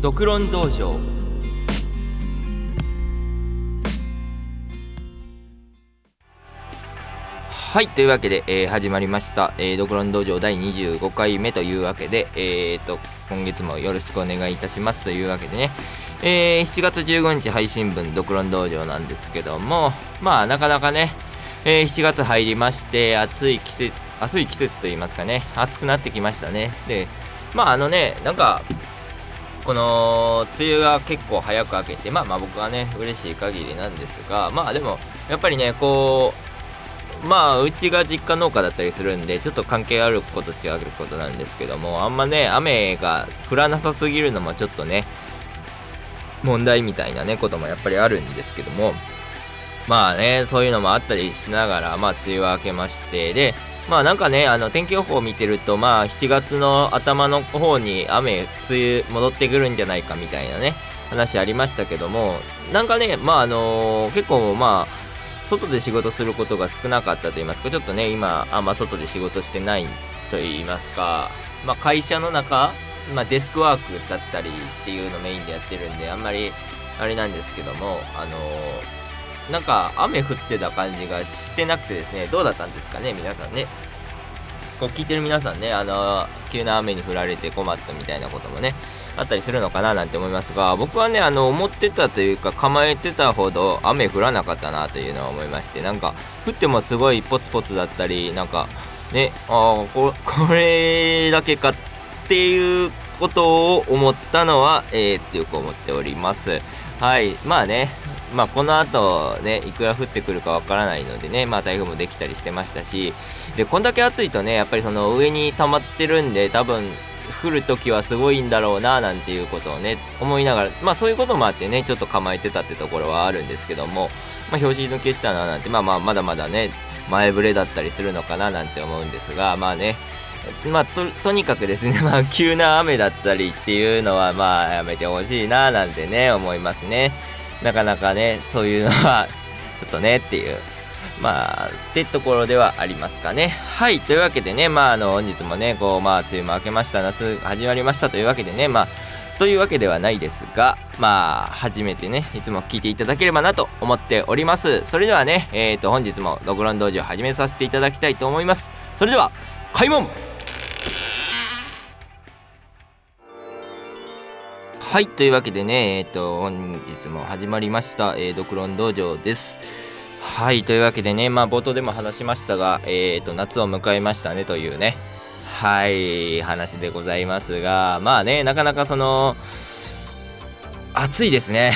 ドクロン道場。はい、というわけで、始まりました、ドクロン道場第25回目というわけで、今月もよろしくお願いいたしますというわけでね、7月15日配信分ドクロン道場なんですけども、まあなかなかね、7月入りまして暑い季節といいますかね、暑くなってきましたね。でまあなんかこの梅雨が結構早く明けて、まあ僕はね嬉しい限りなんですが、まあでもやっぱりねこううちが実家農家だったりするんでちょっと関係あること違うことなんですけども、あんまね雨が降らなさすぎるのもちょっとね問題みたいなねこともやっぱりあるんですけども、まあねそういうのもあったりしながら梅雨は明けまして、でなんかね天気予報を見てると7月の頭の方に梅雨戻ってくるんじゃないかみたいなね話ありましたけども、なんかね結構外で仕事することが少なかったと言いますか、ちょっとね今外で仕事してないと言いますか、会社の中デスクワークだったりっていうのをメインでやってるんであんまりあれなんですけども、なんか雨降ってた感じがしてなくてですね、どうだったんですかね皆さんね。こう聞いてる皆さんね、急な雨に降られて困ったみたいなこともねあったりするのかななんて思いますが、僕はね思ってたというか構えてたほど雨降らなかったなというのは思いまして、なんか降ってもすごいポツポツだったり、なんかねこれだけかっていうことを思ったのはよく思っております。はい、この後ねいくら降ってくるかわからないのでね、台風もできたりしてましたし、でこんだけ暑いとねやっぱりその上に溜まってるんで多分降るときはすごいんだろうななんていうことをね思いながら、そういうこともあってねちょっと構えてたってところはあるんですけども、表紙抜けしたななんてまだまだね前触れだったりするのかななんて思うんですが、とにかくですね急な雨だったりっていうのはやめてほしいななんてね思いますね。なかなかねそういうのはちょっとねっていうってところではありますかね。はい、というわけでね本日もね梅雨も明けました、夏始まりましたというわけでねというわけではないですが初めてねいつも聞いていただければなと思っております。それではね本日もドクロン道場始めさせていただきたいと思います。それでは開門。はい、というわけでね本日も始まりました、ドクロン道場です。はい、というわけでね冒頭でも話しましたが夏を迎えましたねというね話でございますが、なかなかその暑いですね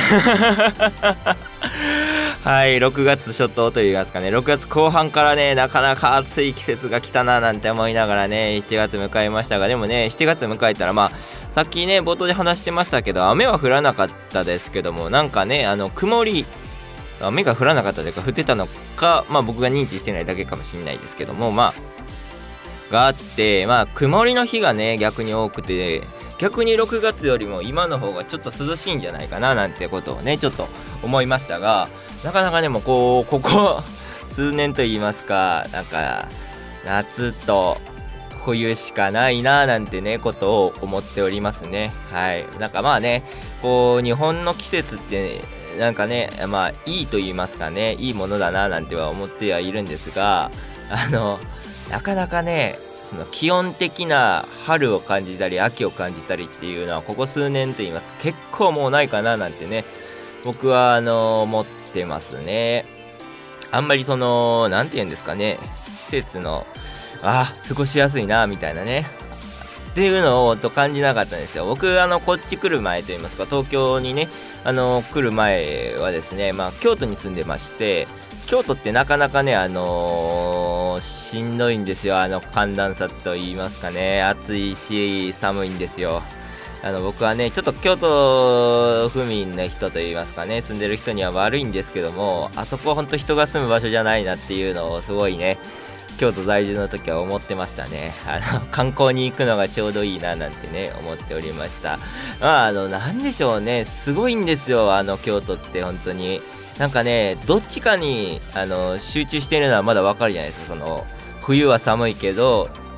はい、6月初頭といいますかね、6月後半からねなかなか暑い季節が来たななんて思いながらね7月迎えましたが、でもね7月迎えたらさっきね冒頭で話してましたけど雨は降らなかったですけども、なんかね曇り雨が降らなかったというか降ってたのか僕が認知してないだけかもしれないですけどもがあって曇りの日がね逆に多くて、逆に6月よりも今の方がちょっと涼しいんじゃないかななんてことをねちょっと思いましたが、なかなかねもうここ数年と言いますか、なんか夏と冬しかないななんてねことを思っておりますね。はい、なんか日本の季節ってなんかねいいと言いますかね、いいものだななんては思ってはいるんですが、なかなかねその気温的な春を感じたり秋を感じたりっていうのはここ数年と言いますか結構もうないかななんてね僕は思ってますね。あんまりなんて言うんですかね、季節の過ごしやすいなみたいなねっていうのを感じなかったんですよ。僕こっち来る前と言いますか東京にね来る前はですね京都に住んでまして、京都ってなかなかねしんどいんですよ。寒暖差と言いますかね、暑いし寒いんですよ。僕はねちょっと京都府民の人と言いますかね住んでる人には悪いんですけども、あそこは本当人が住む場所じゃないなっていうのをすごいね京都在住の時は思ってましたね。観光に行くのがちょうどいいななんてね思っておりました。なんでしょうね、すごいんですよ京都って本当に。なんかねどっちかに集中してるのはまだわかるじゃないですか。冬は寒いけど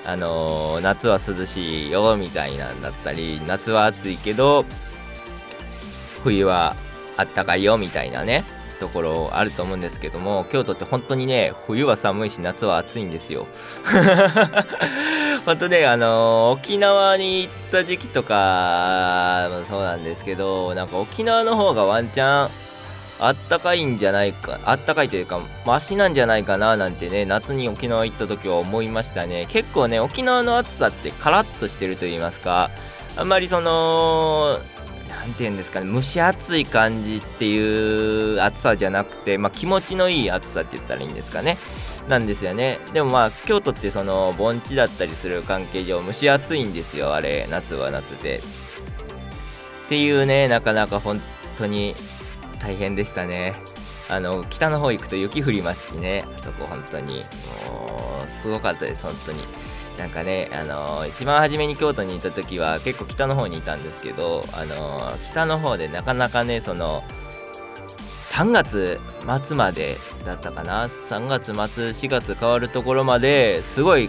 夏は涼しいよみたいなんだったり、夏は暑いけど冬はあったかいよみたいなねところあると思うんですけども、京都って本当にね冬は寒いし夏は暑いんですよ本当ね沖縄に行った時期とかもそうなんですけど、なんか沖縄の方がワンチャンあったかいんじゃないか、あったかいというかマシなんじゃないかななんてね、夏に沖縄行った時は思いましたね。結構ね沖縄の暑さってカラッとしてると言いますか、あんまりなんていうんですかね、蒸し暑い感じっていう暑さじゃなくて、気持ちのいい暑さって言ったらいいんですかね、なんですよね。でも京都って盆地だったりする関係上蒸し暑いんですよ、あれ夏は夏でっていうね、なかなか本当に大変でしたね。北の方行くと雪降りますしね、あそこ本当にもうすごかったです。本当になんかね、一番初めに京都にいた時は結構北の方にいたんですけど、北の方でなかなかね3月末までだったかな、3月末4月変わるところまですごい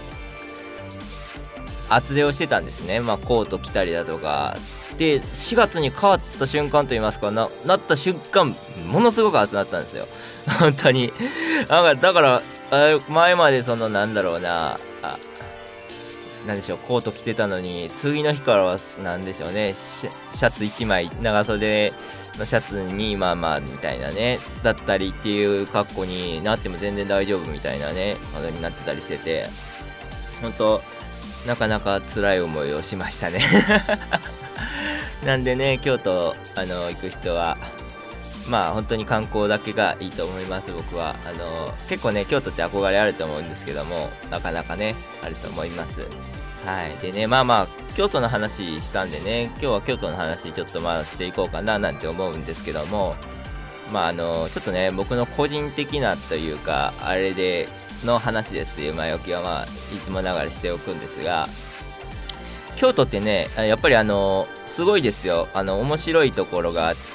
厚手をしてたんですね。コート着たりだとかで、4月に変わった瞬間といいますか なった瞬間ものすごく暑くなったんですよ本当にだから前までなんだろうな、なんでしょう、コート着てたのに次の日からはなんでしょうね、シャツ1枚長袖のシャツにみたいなねだったりっていう格好になっても全然大丈夫みたいなねことになってたりしてて、本当なかなか辛い思いをしましたねなんでね、京都行く人は本当に観光だけがいいと思います。僕は結構ね京都って憧れあると思うんですけども、なかなかねあると思います。はい。でね、京都の話したんでね、今日は京都の話ちょっとしていこうかななんて思うんですけども、ちょっとね僕の個人的なというかあれでの話ですっていう前置きはいつもながらしておくんですが、京都ってねやっぱりすごいですよ。面白いところがあって、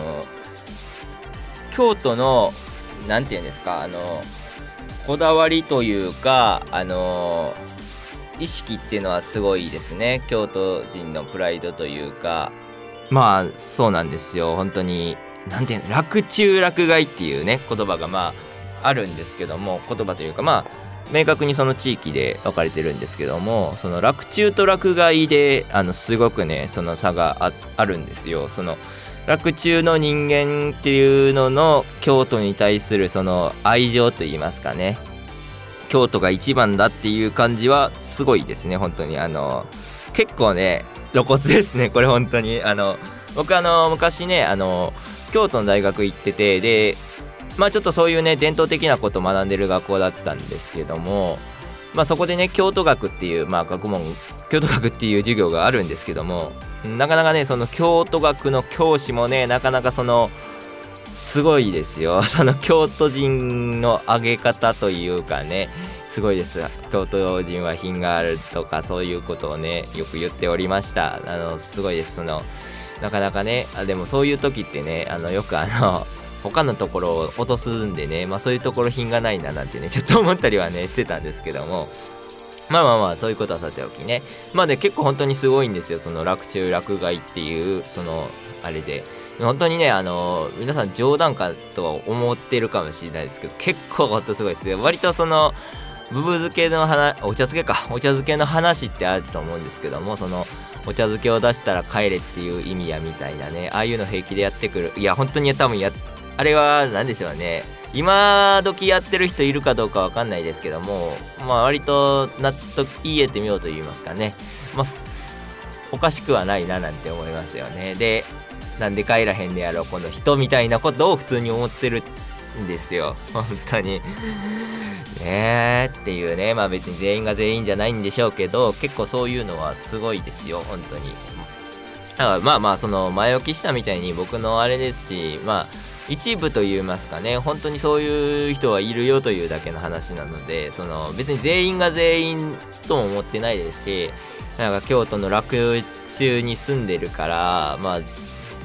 京都のなんていうんですか、こだわりというか意識っていうのはすごいですね。京都人のプライドというか、そうなんですよ。本当になんていうの、洛中洛外っていうね言葉があるんですけども、言葉というか明確にその地域で分かれてるんですけども、その洛中と洛外ですごくねその差が あるんですよ。その洛中の人間っていうのの京都に対するその愛情といいますかね、京都が一番だっていう感じはすごいですね。本当に結構ね露骨ですねこれ本当に。僕昔ね京都の大学行ってて、でちょっとそういうね伝統的なことを学んでる学校だったんですけども、そこでね京都学っていう学問、京都学っていう授業があるんですけども、なかなかねその京都学の教師もねなかなかすごいですよ。その京都人の上げ方というかねすごいです。京都人は品があるとかそういうことをねよく言っておりました。すごいです。なかなかねでもそういう時ってねよく他のところを落とすんでね、そういうところ品がないななんてねちょっと思ったりはねしてたんですけども、そういうことはさておきね、で結構本当にすごいんですよ。その洛中洛外っていうあれで本当にね皆さん冗談かとは思ってるかもしれないですけど、結構ほんとすごいですよ。割とブブ漬けのお茶漬けの話ってあると思うんですけども、お茶漬けを出したら帰れっていう意味やみたいなね、ああいうの平気でやってくる。いや本当に多分あれは何でしょうね、今時やってる人いるかどうかわかんないですけども、割と言えてみようと言いますかね、おかしくはないななんて思いますよね。でなんで帰らへんねやろこの人みたいなことを普通に思ってるんですよ本当にねっていうね。別に全員が全員じゃないんでしょうけど、結構そういうのはすごいですよ本当に。だからその前置きしたみたいに僕のあれですし、一部と言いますかね、本当にそういう人はいるよというだけの話なので、別に全員が全員とも思ってないですし、なんか京都の洛中に住んでるから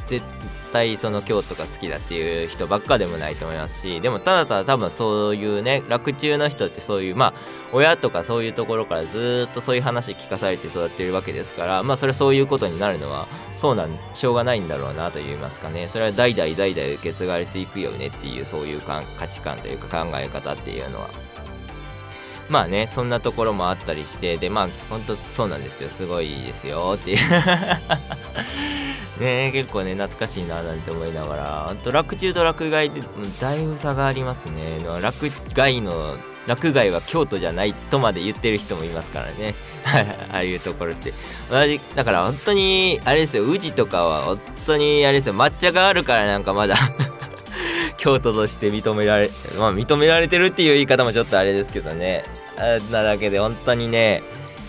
絶対その京都が好きだっていう人ばっかでもないと思いますし、でもただただ多分そういうね洛中の人ってそういう親とかそういうところからずっとそういう話聞かされて育ってるわけですから、それはそういうことになるのはしょうがないんだろうなと言いますかね。それは代々代々受け継がれていくよねっていう、そういう価値観というか考え方っていうのはそんなところもあったりして、で本当そうなんですよ、すごいですよっていうね、結構ね懐かしいななんて思いながら、あと洛中と洛外でだいぶ差がありますね。洛外は京都じゃないとまで言ってる人もいますからねああいうところって同じだから、本当にあれですよ、宇治とかは本当にあれですよ、抹茶があるからなんかまだ京都として認められてるっていう言い方もちょっとあれですけどね、なだけで本当にね、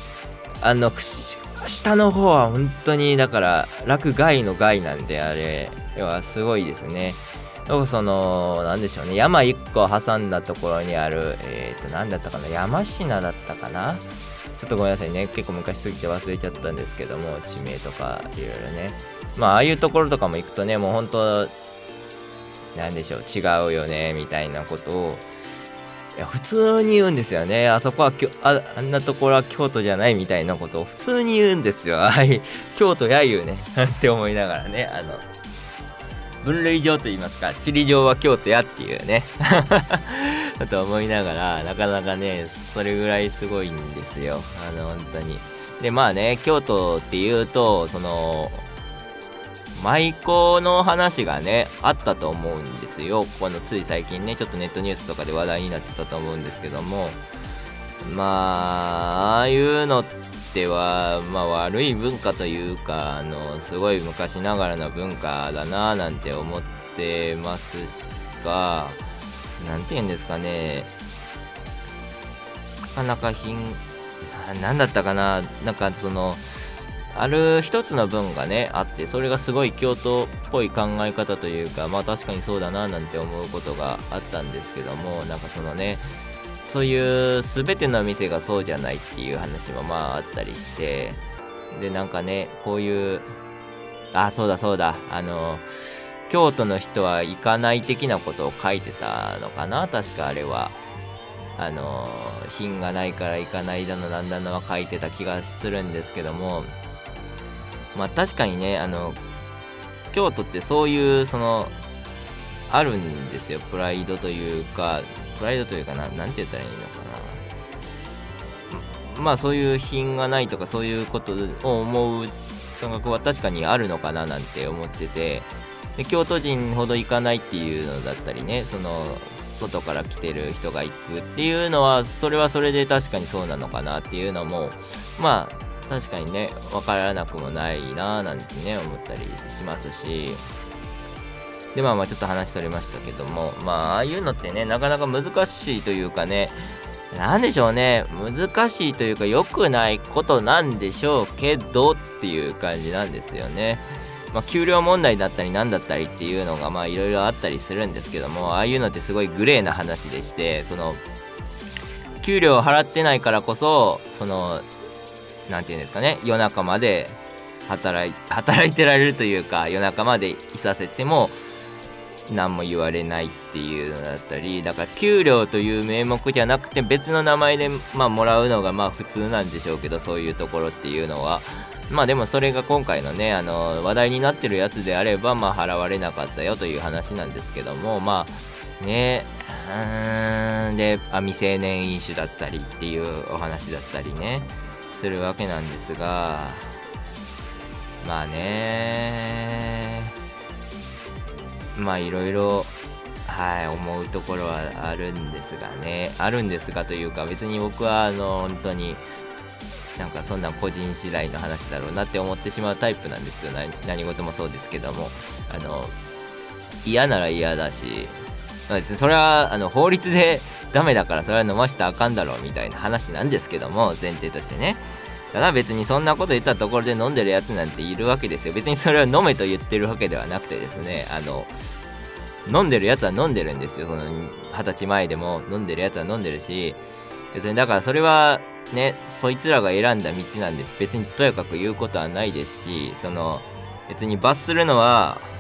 下の方は本当にだから洛外の外なんで、あれはすごいですね。なんでしょうね、山一個挟んだところにある何だったかな、山科だったかな、ちょっとごめんなさいね、結構昔すぎて忘れちゃったんですけども、地名とかいろいろね、ああいうところとかも行くとね、もう本当なんでしょう、違うよねみたいなことを普通に言うんですよね。あそこはあんなところは京都じゃないみたいなことを普通に言うんですよ。京都や言うねって思いながらね、分類上と言いますか、地理上は京都やっていうねだと思いながら、なかなかねそれぐらいすごいんですよ、本当に。で京都っていうと舞妓の話がねあったと思うんですよ。つい最近ねちょっとネットニュースとかで話題になってたと思うんですけども、ああいうのっては悪い文化というかすごい昔ながらの文化だななんて思ってますが、なんて言うんですかね、なかなかなんだったかな、なんかある一つの文がねあって、それがすごい京都っぽい考え方というか、確かにそうだななんて思うことがあったんですけども、なんかそういう全ての店がそうじゃないっていう話もあったりして、でなんかねこういうそうだ京都の人は行かない的なことを書いてたのかな、確かあれは品がないから行かないだのなんだのは書いてた気がするんですけども、確かにね京都ってそういうあるんですよ、プライドというかなんて言ったらいいのかな、そういう品がないとかそういうことを思う感覚は確かにあるのかななんて思ってて、で京都人ほど行かないっていうのだったりね、外から来てる人が行くっていうのはそれはそれで確かにそうなのかなっていうのも確かにね分からなくもないななんてね思ったりしますし、でちょっと話それましたけども、ああいうのってねなかなか難しいというかね、なんでしょうね、難しいというか良くないことなんでしょうけどっていう感じなんですよね。給料問題だったりなんだったりっていうのがいろいろあったりするんですけども、ああいうのってすごいグレーな話でして、給料を払ってないからこそなんていうんですかね、夜中まで働いてられるというか、夜中までいさせても何も言われないっていうのだったり、だから給料という名目じゃなくて別の名前でもらうのが普通なんでしょうけど、そういうところっていうのはでもそれが今回のね話題になってるやつであれば払われなかったよという話なんですけども、ねで未成年飲酒だったりっていうお話だったりねするわけなんですが、いろいろ思うところはあるんですがというか、別に僕は本当になんかそんな個人次第の話だろうなって思ってしまうタイプなんですよ。何事もそうですけども、嫌なら嫌だし、別にそれは法律でダメだからそれは飲ましたらあかんだろうみたいな話なんですけども、前提としてね。ただ別にそんなこと言ったところで飲んでるやつなんているわけですよ。別にそれは飲めと言ってるわけではなくてですね、飲んでるやつは飲んでるんですよ。20歳前でも飲んでるやつは飲んでるし、別にだからそれはねそいつらが選んだ道なんで別にとやかく言うことはないですし、別に罰するのは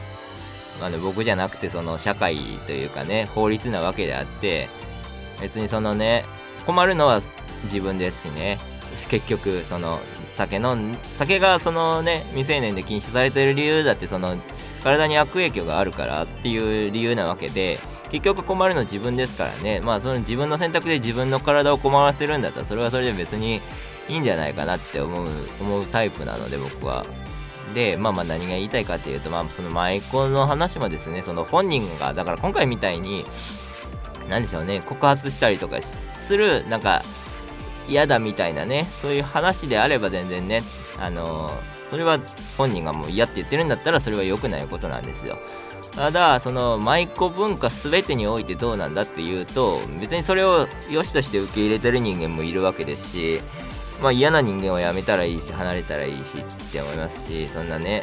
僕じゃなくてその社会というかね、法律なわけであって、別にそのね、困るのは自分ですしね。結局その酒がそのね、未成年で禁止されてる理由だって、その体に悪影響があるからっていう理由なわけで、結局困るの自分ですからね。その自分の選択で自分の体を困らせるんだったら、それはそれで別にいいんじゃないかなって思うタイプなので、僕は。で、何が言いたいかっていうと、その舞妓の話もですね、その本人が、だから今回みたいに何でしょうね、告発したりとかするなんか嫌だみたいなね、そういう話であれば全然ね、それは本人がもう嫌って言ってるんだったら、それは良くないことなんですよ。ただその舞妓文化全てにおいてどうなんだっていうと、別にそれを良しとして受け入れてる人間もいるわけですし、嫌な人間はやめたらいいし、離れたらいいしって思いますし、そんなね、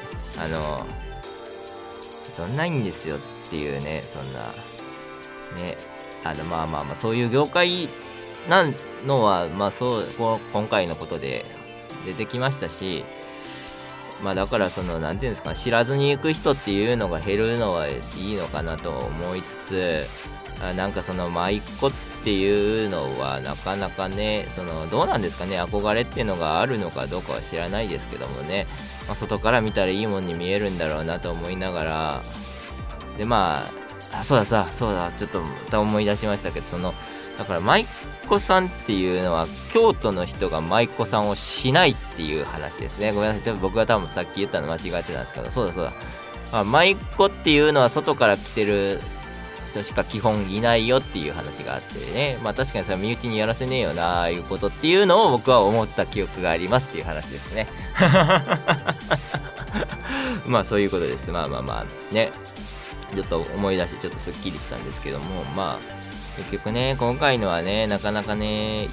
どんないんですよっていうね、そんなね、そういう業界なんのは今回のことで出てきましたし、だからそのなんていうんですか、知らずに行く人っていうのが減るのはいいのかなと思いつつ、なんかその舞妓っていうのはなかなかね、そのどうなんですかね、憧れっていうのがあるのかどうかは知らないですけどもね、外から見たらいいもんに見えるんだろうなと思いながら、でそうだちょっとまた思い出しましたけど、だから舞妓さんっていうのは京都の人が舞妓さんをしないっていう話ですね。ごめんなさい、ちょっと僕が多分さっき言ったの間違ってたんですけど、そうだ、舞妓っていうのは外から来てる人しか基本いないよっていう話があってね、確かにそれは身内にやらせねえよなあいうことっていうのを僕は思った記憶がありますっていう話ですね。そういうことです。ね、ちょっと思い出してちょっとすっきりしたんですけども、結局ね、今回のはね、なかなかね、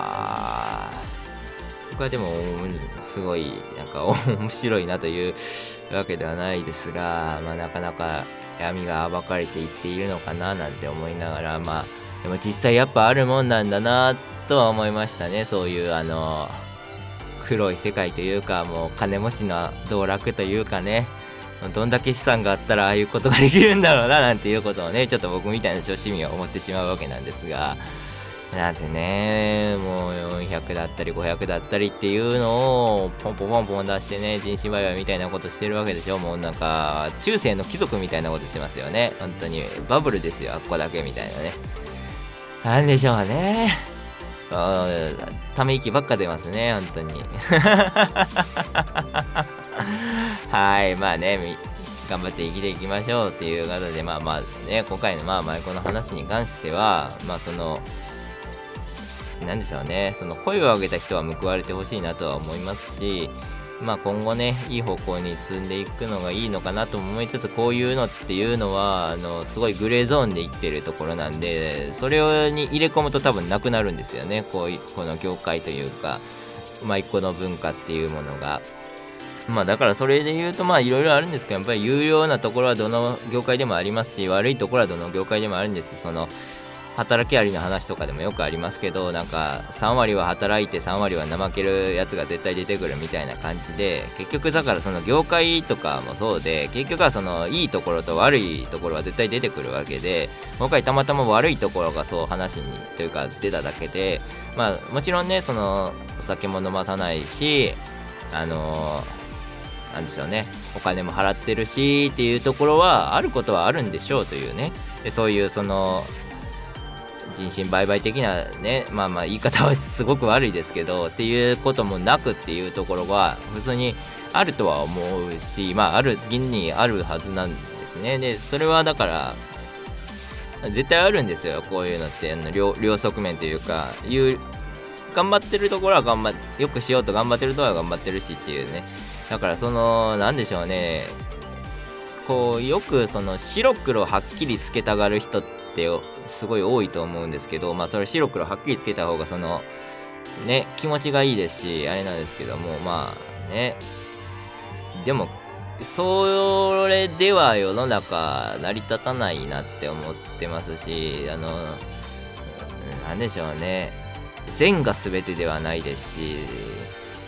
僕はでもすごいなんか面白いなというわけではないですが、なかなか闇が暴かれていっているのかななんて思いながら、でも実際やっぱあるもんなんだなとは思いましたね。そういう黒い世界というか、もう金持ちの道楽というかね、どんだけ資産があったらああいうことができるんだろうななんていうことをね、ちょっと僕みたいな初心者は思ってしまうわけなんですが、なんてね、もう400だったり500だったりっていうのをポンポン出してね、人身売買みたいなことしてるわけでしょ。もうなんか中世の貴族みたいなことしてますよね。本当にバブルですよ、あっこだけみたいなね。なんでしょうね、ため息ばっか出ますね、本当に。はい、頑張って生きていきましょうっていうことで、ね、今回の舞妓の話に関しては、なんでしょうね、その声を上げた人は報われてほしいなとは思いますし、今後ね、いい方向に進んでいくのがいいのかなと思いつつ、こういうのっていうのはすごいグレーゾーンで生きてるところなんで、それに入れ込むと多分なくなるんですよね。この業界というか舞妓の文化っていうものが。だからそれで言うといろいろあるんですけど、やっぱり有用なところはどの業界でもありますし、悪いところはどの業界でもあるんです。その働きありの話とかでもよくありますけど、なんか3割は働いて3割は怠けるやつが絶対出てくるみたいな感じで、結局だからその業界とかもそうで、結局はそのいいところと悪いところは絶対出てくるわけで、今回たまたま悪いところがそう話にというか出ただけで、もちろんね、そのお酒も飲まさないし、なんでしょうね、お金も払ってるしっていうところはあることはあるんでしょうというね。でそういうその人身売買的なね、言い方はすごく悪いですけどっていうこともなくっていうところは普通にあるとは思うし、ある現にあるはずなんですね。でそれはだから絶対あるんですよ、こういうのって。両側面というか、頑張ってるところはよくしようと頑張ってるところは頑張ってるしっていうね。だからなんでしょうね、よくその白黒はっきりつけたがる人ってすごい多いと思うんですけど、それ白黒はっきりつけた方がね、気持ちがいいですし、あれなんですけども、ね、でもそれでは世の中成り立たないなって思ってますし、なんでしょうね、善が全てではないですし、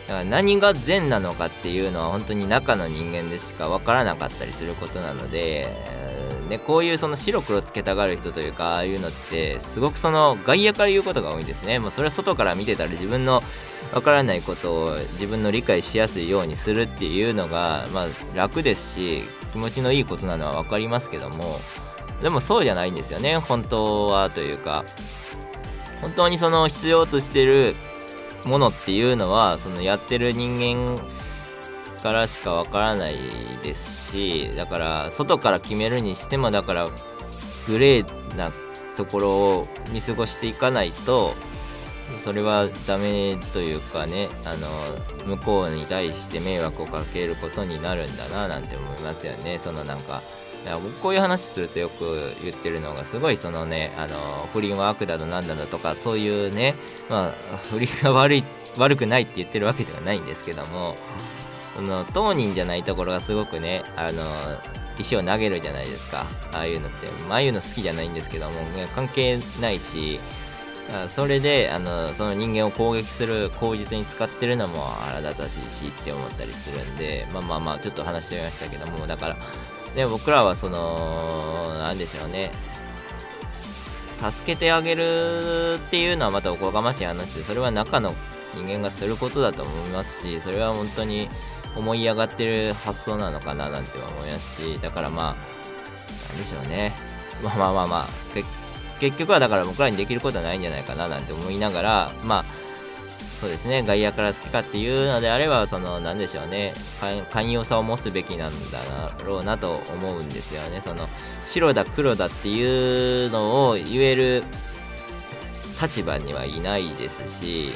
だから何が善なのかっていうのは本当に中の人間でしか分からなかったりすることなので、こういうその白黒つけたがる人というか、ああいうのってすごくその外野から言うことが多いんですね。もうそれは外から見てたら自分の分からないことを自分の理解しやすいようにするっていうのが、楽ですし気持ちのいいことなのは分かりますけども、でもそうじゃないんですよね、本当は。というか本当にその必要としてるものっていうのはそのやってる人間からしかわからないですし、だから外から決めるにしても、だからグレーなところを見過ごしていかないとそれはダメというかね、向こうに対して迷惑をかけることになるんだななんて思いますよね。そのなんか僕こういう話するとよく言ってるのが、すごいそのね、不倫は悪だのなんだのとか、そういうね、不倫が悪くないって言ってるわけではないんですけども、その当人じゃないところがすごくね、石を投げるじゃないですか。ああいうのって、ああいうの好きじゃないんですけども、関係ないし、それでその人間を攻撃する口実に使ってるのも腹立たしいしって思ったりするんで、ちょっと話してみましたけども、だからで僕らはそのなんでしょうね、助けてあげるっていうのはまたおこがましい話で、それは中の人間がすることだと思いますし、それは本当に思い上がってる発想なのかななんて思いますし、だからなんでしょうね、結局はだから僕らにできることはないんじゃないかななんて思いながら、そうですね、外野から好きかっていうのであれば、そのなんでしょうね、寛容さを持つべきなんだろうなと思うんですよね。その白だ黒だっていうのを言える立場にはいないですし、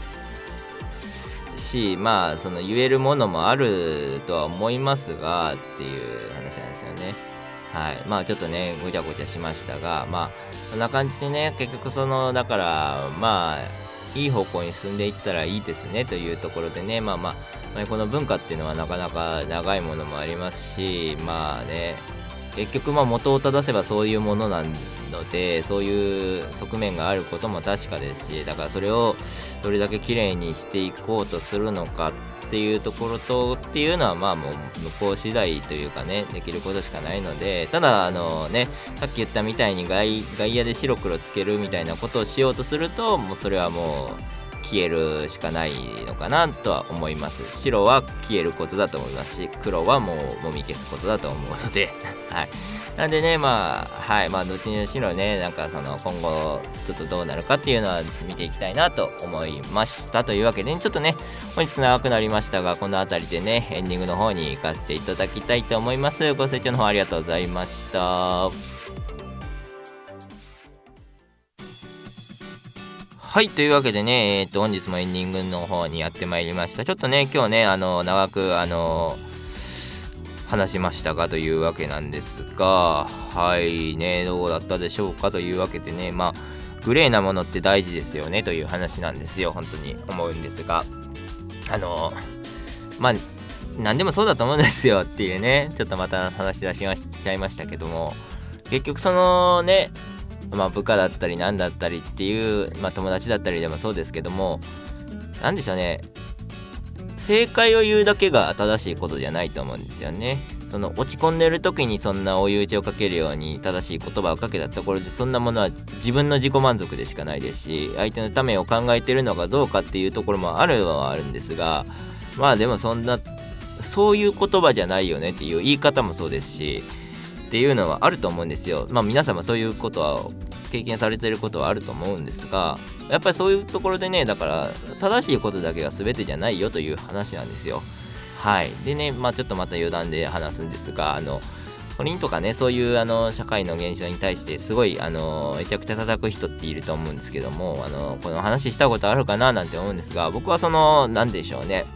その言えるものもあるとは思いますがっていう話なんですよね。はい、ちょっとねごちゃごちゃしましたが、そんな感じでね、結局そのだからいい方向に進んでいったらいいですねというところでね、この文化っていうのはなかなか長いものもありますし、結局元を正せばそういうものなので、そういう側面があることも確かですし、だからそれをどれだけ綺麗にしていこうとするのかっていうところとっていうのはもう向こう次第というかね、できることしかないので、たださっき言ったみたいに外野で白黒つけるみたいなことをしようとすると、もうそれはもう消えるしかないのかなとは思います。白は消えることだと思いますし、黒はもうもみ消すことだと思うのではい、なんでねどっちにしろね、なんかその今後ちょっとどうなるかっていうのは見ていきたいなと思いました。というわけで、ちょっとね本日長くなりましたが、この辺りでねエンディングの方に行かせていただきたいと思います。ご清聴の方ありがとうございました。はい、というわけでね、本日もエンディングの方にやってまいりました。ちょっとね今日ね長く話しましたがというわけなんですが、はいね、どうだったでしょうかというわけでね、グレーなものって大事ですよねという話なんですよ。本当に思うんですが、何でもそうだと思うんですよっていうね、ちょっとまた話し出しちゃいましたけども、結局そのね、部下だったり何だったりっていう、友達だったりでもそうですけども、なんでしょうね、正解を言うだけが正しいことじゃないと思うんですよね。その落ち込んでる時にそんな追い打ちをかけるように正しい言葉をかけたところで、そんなものは自分の自己満足でしかないですし、相手のためを考えてるのかどうかっていうところもあるのはあるんですが、でもそういう言葉じゃないよねっていう言い方もそうですしっていうのはあると思うんですよ。皆様そういうことは経験されてることはあると思うんですが、やっぱりそういうところでね、だから正しいことだけが全てじゃないよという話なんですよ。はい。でね、ちょっとまた余談で話すんですが、不倫とかね、そういう社会の現象に対してすごいめちゃくちゃ叩く人っていると思うんですけども、この話したことあるかななんて思うんですが、僕はなんでしょうね、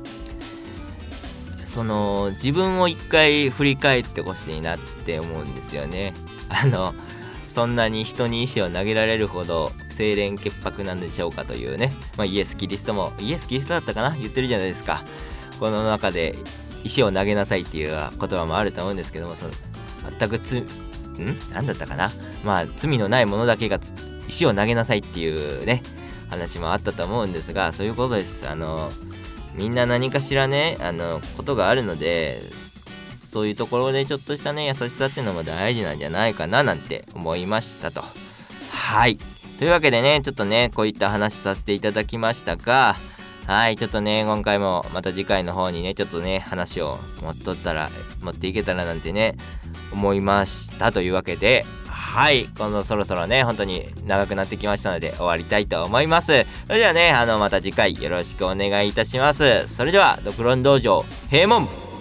自分を一回振り返ってほしいなって思うんですよね。そんなに人に石を投げられるほど清廉潔白なんでしょうかというね、イエス・キリストだったかな、言ってるじゃないですか。この中で石を投げなさいっていう言葉もあると思うんですけども、全く何だったかな、罪のないものだけが石を投げなさいっていうね話もあったと思うんですが、そういうことです。 みんな何かしらねことがあるので、そういうところでちょっとしたね優しさっていうのも大事なんじゃないかななんて思いましたと。はい、というわけでねちょっとねこういった話させていただきましたが、はい、ちょっとね今回もまた次回の方にねちょっとね話を持っていけたらなんてね思いましたというわけで、はい、今度そろそろね本当に長くなってきましたので終わりたいと思います。それではねまた次回よろしくお願いいたします。それではドクロン道場閉門。